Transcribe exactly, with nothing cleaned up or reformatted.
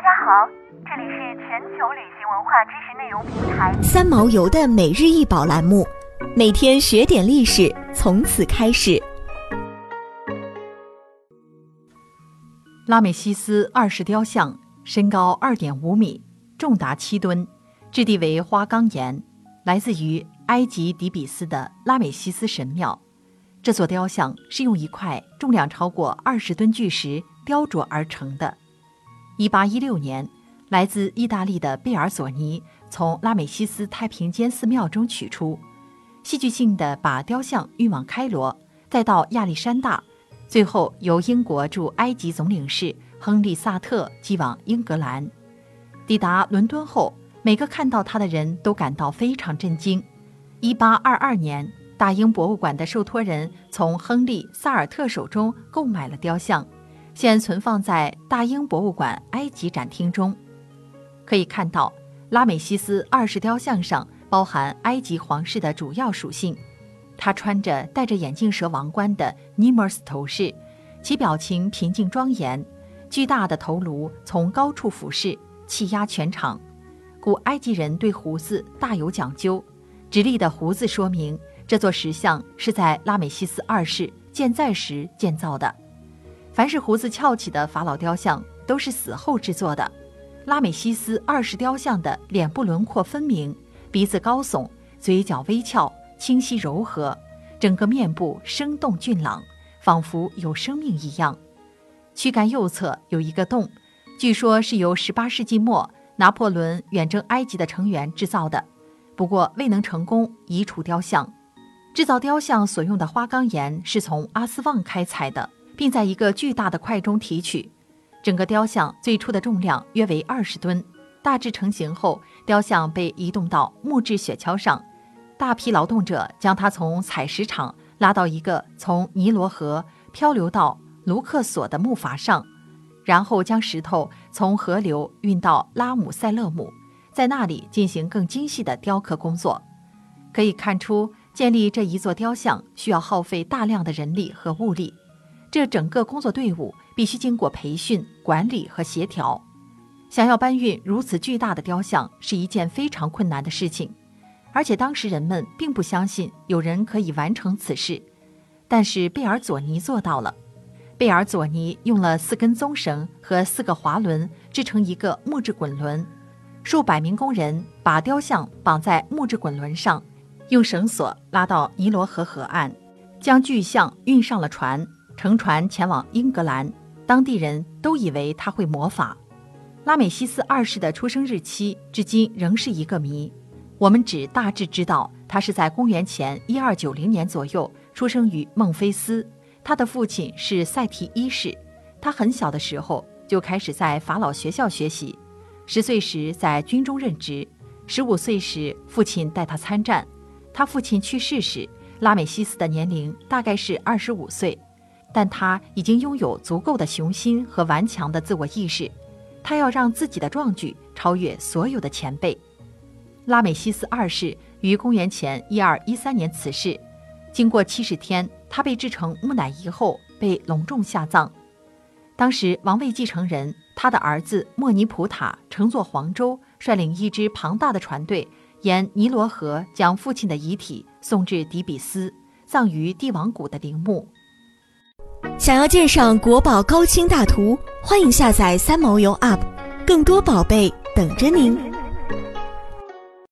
家好，这里是全球旅行文化知识内容平台三毛游的每日一宝栏目，每天学点历史，从此开始。 拉美西斯二世雕像身高 二点五米，重达七吨，质地为花岗岩，来自于埃及底比斯的拉美西斯神庙。这座雕像是用一块重量超过二十吨巨石雕琢而成的。一八一六年，来自意大利的贝尔佐尼从拉美西斯太平间寺庙中取出，戏剧性地把雕像运往开罗，再到亚历山大，最后由英国驻埃及总领事亨利·萨特寄往英格兰。抵达伦敦后，每个看到他的人都感到非常震惊。一八二二年，大英博物馆的受托人从亨利·萨尔特手中购买了雕像，现存放在大英博物馆埃及展厅中。可以看到，拉美西斯二世雕像上包含埃及皇室的主要属性。他穿着戴着眼镜蛇王冠的尼摩斯头饰，其表情平静庄严，巨大的头颅从高处俯视，气压全场。古埃及人对胡子大有讲究，直立的胡子说明这座石像是在拉美西斯二世健在时建造的。凡是胡子翘起的法老雕像都是死后制作的。拉美西斯二世雕像的脸部轮廓分明，鼻子高耸，嘴角微翘，清晰柔和，整个面部生动俊朗，仿佛有生命一样。躯干右侧有一个洞，据说是由十八世纪末拿破仑远征埃及的成员制造的，不过未能成功移除雕像。制造雕像所用的花岗岩是从阿斯旺开采的，并在一个巨大的块中提取。整个雕像最初的重量约为二十吨，大致成型后，雕像被移动到木质雪橇上，大批劳动者将它从采石场拉到一个从尼罗河漂流到卢克索的木筏上，然后将石头从河流运到拉姆塞勒姆，在那里进行更精细的雕刻工作。可以看出，建立这一座雕像需要耗费大量的人力和物力，这整个工作队伍必须经过培训、管理和协调。想要搬运如此巨大的雕像是一件非常困难的事情，而且当时人们并不相信有人可以完成此事。但是贝尔佐尼做到了。贝尔佐尼用了四根棕绳和四个滑轮制成一个木质滚轮，数百名工人把雕像绑在木质滚轮上，用绳索拉到尼罗河河岸，将巨像运上了船，乘船前往英格兰。当地人都以为他会魔法。拉美西斯二世的出生日期至今仍是一个谜，我们只大致知道他是在公元前一二九零年左右出生于孟菲斯，他的父亲是塞提一世。他很小的时候就开始在法老学校学习，十岁时在军中任职，十五岁时父亲带他参战。他父亲去世时，拉美西斯的年龄大概是二十五岁，但他已经拥有足够的雄心和顽强的自我意识，他要让自己的壮举超越所有的前辈。拉美西斯二世于公元前一二一三年辞世，经过七十天，他被制成木乃伊后被隆重下葬。当时王位继承人他的儿子莫尼普塔乘坐黄舟，率领一支庞大的船队沿尼罗河将父亲的遗体送至底比斯，葬于帝王谷的陵墓。 想要鉴赏国宝高清大图，欢迎下载三毛游 App， 更多宝贝等着您。